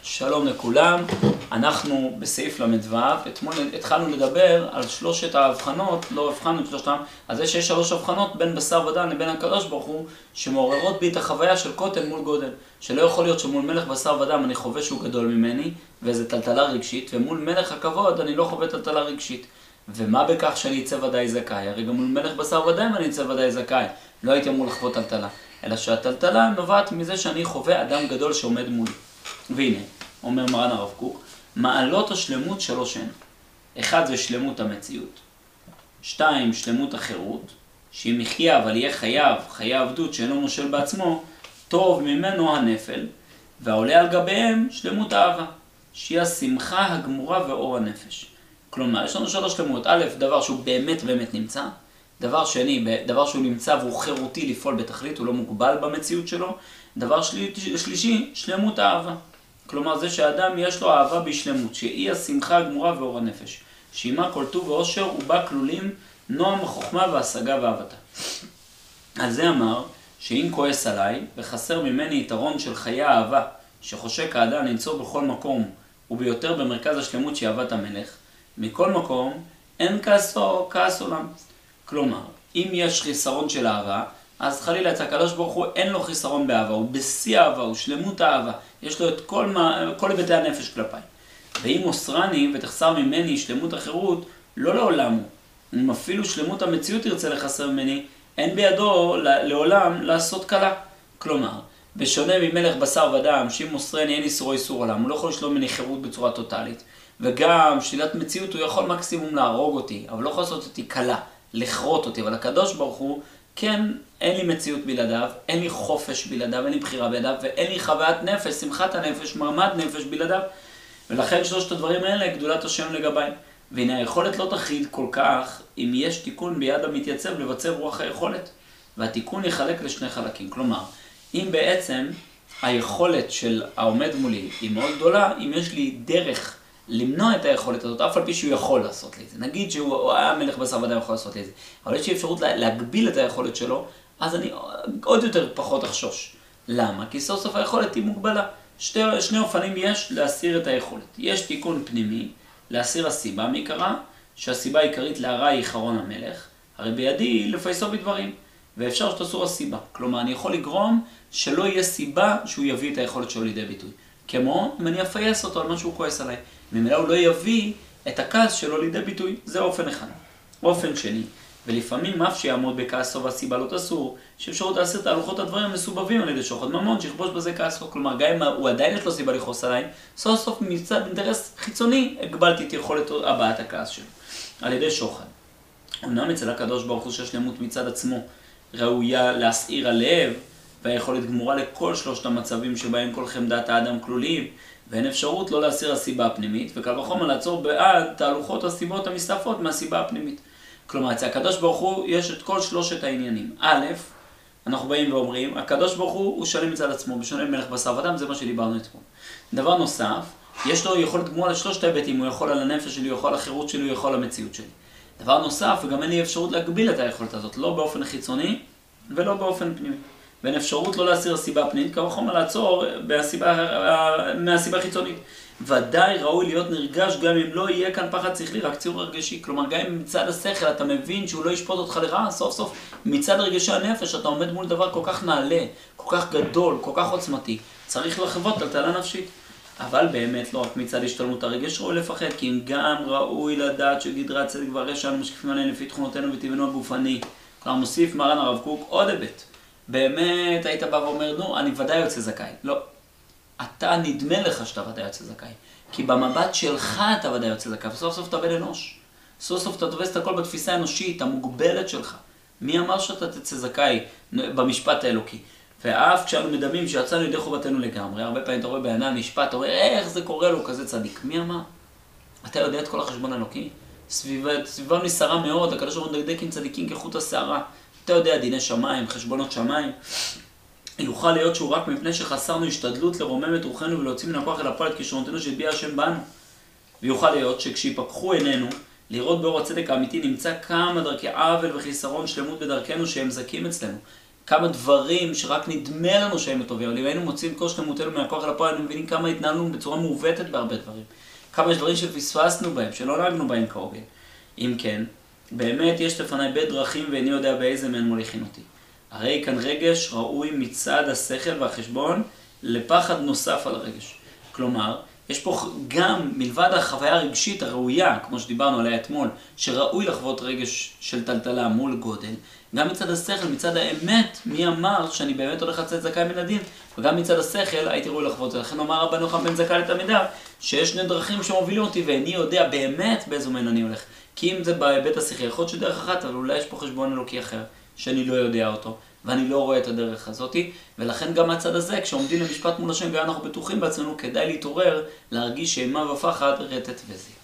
שלום לכולם, אנחנו בסעיף ל"ו, אתמול התחלנו לדבר על שלושת ההבחנות, לא הבחנו את שלושתם, על זה שיש שלוש הבחנות בין בשר ודם לבין הקדוש ברוך הוא, שמעוררות בי את החוויה של קוטן מול גודל, שלא יכול להיות שמול מלך בשר ודם אני חווה שהוא גדול ממני, וזה טלטלה רגשית, ומול מלך הכבוד אני לא חווה טלטלה רגשית. ומה בכך שאני אצא ודאי זכאי? הרי גם מול מלך בשר ודם אני אצא ודאי זכאי, לא הייתי אמור לחוות טלטלה, אלא שהטלטלה נובעת מזה שאני חווה אדם גדול שעומד מולי. והנה, אומר מרן הרב קוק, מעלות השלמות שלוש הן. אחד זה שלמות המציאות. שתיים, שלמות החירות, שאם יחיה אבל יהיה חייב, חיי עבדות שאינו מושל בעצמו, טוב ממנו הנפל, והעולה על גביהם שלמות האהבה, שהיא השמחה הגמורה ואור הנפש. כלומר, יש לנו שלוש שלמות. א', דבר שהוא באמת נמצא. דבר שני, דבר שהוא נמצא והוא חירותי לפעול בתכלית, הוא לא מוגבל במציאות שלו. דבר שלישי, שלמות האהבה. כלומר, זה שהאדם יש לו אהבה בשלמות, שהיא השמחה הגמורה ואור הנפש. שעימה כל טוב ואושר ובה כלולים נועם החוכמה והשגה ואהבתה. על זה אמר, שאם כועס עליי וחסר ממני יתרון של חיי האהבה, שחושק האדם למצוא בכל מקום וביותר במרכז השלמות שהיא אהבת המלך, מכל מקום אין כעס עולם. כלומר, אם יש חיסרון של אהבה, אז חלילה את הקדוש ברוך הוא אין לו חיסרון באהבה, הוא בשיא האהבה, הוא שלמות האהבה, יש לו את כל היבטי הנפש כלפיי. ואם מוסרני ותחסר ממני שלמות החירות, לא לעולם הוא. אם אפילו שלמות המציאות ירצה לחסר ממני, אין בידו לעולם לעשות קלה. כלומר, בשונה ממלך בשר ודם, שאם מוסרני אין איסור עולם, הוא לא יכול לשלום ממני חירות בצורה טוטלית. וגם שלילת מציאות הוא יכול מקסימום להרוג אותי, אבל לא יכול לעשות אותי קלה, לכרות אותי. אבל הקדוש ברוך הוא, כן, אין לי מציאות בלעדיו, אין לי חופש בלעדיו, אין לי בחירה בלעדיו, ואין לי חוויית נפש, שמחת הנפש, מעמד נפש בלעדיו. ולכן שלושת הדברים האלה, גדולת השם לגביי. והנה היכולת לא תחיד כל כך, אם יש תיקון ביד המתייצב לבצע רוח היכולת. והתיקון יחלק לשני חלקים. כלומר, אם בעצם היכולת של העומד מולי היא מאוד גדולה, אם יש לי דרך למנוע את היכולת הזאת, אף על פי שהוא יכול לעשות לי את זה. נגיד שהוא היה מלך בשר ודם יכול לעשות לי את זה. אבל יש לי אפשרות להגביל את היכולת שלו, אז אני עוד יותר פחות אחשוש. למה? כי סוף סוף היכולת היא מוגבלה. שני אופנים יש להסיר את היכולת. יש תיקון פנימי, להסיר הסיבה מעיקרה, שהסיבה העיקרית להרע היא חרון המלך, הרי בידי לפייסו בדברים, ואפשר שתסור הסיבה. כלומר, אני יכול לגרום שלא יהיה סיבה שהוא יביא את היכולת שלו לידי ביטוי. כמו אם אני אפייס אותו על מה שהוא כועס עליי. ממילא הוא לא יביא את הכעס שלו לידי ביטוי. זה אופן אחד. אופן שני, ולפעמים אף שיעמוד בכעסו והסיבה לא תסור, שאפשרות להסיר את ההלכות הדברים המסובבים על ידי שוחד ממון, שיכבוש בזה כעסו. כלומר, גם אם הוא עדיין יש לו סיבה לכעוס עליי, סוף סוף מצד אינטרס חיצוני, הגבלתי את יכולת הבעת הכעס שלו. על ידי שוחד. אמנם אצל הקדוש ברוך הוא שהשלמות מצד עצמו ראויה להסעיר הלב, והיכולת גמורה לכל שלושת המצבים שבהם כל חמדת האדם כלולים, ואין אפשרות לא להסיר הסיבה הפנימית, וקל וחומר לעצור בעד תהלוכות הסיבות המסתעפות מהסיבה הפנימית. כלומר, אצל הקדוש ברוך הוא יש את כל שלושת העניינים. א', אנחנו באים ואומרים, הקדוש ברוך הוא שלם מצד עצמו, בשונה מלך בשר ודם, זה מה שדיברנו אתמול. דבר נוסף, יש לו יכולת גמורה לשלושת ההיבטים, הוא יכול על הנפש שלי, הוא יכול על החירות שלי, הוא יכול על המציאות שלי. דבר נוסף, וגם אין לי אפשרות להגביל את היכולת הזאת, לא באופן חיצוני ולא באופן פנימי. ואין אפשרות לא להסיר הסיבה הפנימית, קל וחומר לעצור מהסיבה החיצונית. ודאי ראוי להיות נרגש גם אם לא יהיה כאן פחד שכלי, רק ציור הרגשי. כלומר, גם אם מצד השכל אתה מבין שהוא לא ישפוט אותך לרעה, סוף סוף מצד רגשי הנפש אתה עומד מול דבר כל כך נעלה, כל כך גדול, כל כך עוצמתי, צריך לחוות טלטלה נפשית. אבל באמת לא רק מצד השתלמות הרגש ראוי לפחד, כי אם גם ראוי לדעת שגדרי הצדק והרשע אנו משקפים עליהם לפי תכונותינו וטבענו הגופני. כלומר, מוסיף מרן הרב קוק עוד היבט. באמת היית בא ואומר, נו, אני ודאי יוצא זכאי. לא. אתה נדמה לך שאתה ודאי יוצא זכאי. כי במבט שלך אתה ודאי יוצא זכאי. וסוף סוף אתה בן אנוש. סוף סוף אתה תופס את הכל בתפיסה האנושית, המוגבלת שלך. מי אמר שאתה תצא זכאי במשפט האלוקי? ואף כשאנו מדמים שיצאנו ידי חובתנו לגמרי, הרבה פעמים אתה רואה בעיניים משפט, אתה רואה איך זה קורה לו כזה צדיק. מי אמר? אתה יודע את כל החשבון האלוקי? סביבה נסערה מאוד, הקדוש ברוך הוא מדקדק עם צדיקים כחוט השערה. אתה יודע דיני שמיים, חשבונות שמיים. יוכל להיות שהוא רק מפני שחסרנו השתדלות לרומם את רוחנו ולהוציא מן הכוח אל הפועל את כישרונותינו שהטביע השם בנו. ויוכל להיות שכשיפקחו עינינו לראות באור הצדק האמיתי נמצא כמה דרכי עוול וחיסרון שלמות בדרכנו שהם זכים אצלנו. כמה דברים שרק נדמה לנו שהם טובים, אבל אם היינו מוצאים כל שלמותנו מהכוח אל הפועל, היינו מבינים כמה התנהלנו בצורה מעוותת בהרבה דברים. כמה יש דברים שפספסנו בהם, שלא נהגנו בהם כהוגן. אם כן, באמת יש לפניי בית דרכים ואיני יודע באיזה מהן מוליכין אותי. הרי כאן רגש ראוי מצד השכל והחשבון לפחד נוסף על הרגש. כלומר, יש פה גם מלבד החוויה הרגשית הראויה, כמו שדיברנו עליה אתמול, שראוי לחוות רגש של טלטלה מול גודל, גם מצד השכל, מצד האמת, מי אמר שאני באמת הולך לצאת זכאי מן הדין, וגם מצד השכל הייתי ראוי לחוות את זה. לכן אומר רבנו יוחנן בן זכאי לתלמידיו, שיש שני דרכים שמובילים אותי ואיני יודע באמת באיזו מהן אני הולך. כי אם זה בהיבט השכלי, יכול להיות שדרך אחת, אבל אולי יש פה חשבון אלוקי אחר, שאני לא יודע אותו, ואני לא רואה את הדרך הזאת, ולכן גם מהצד הזה, כשעומדים למשפט מול השם, גם אנחנו בטוחים בעצמנו, כדאי להתעורר, להרגיש שאימה ופחד רטט וזיו.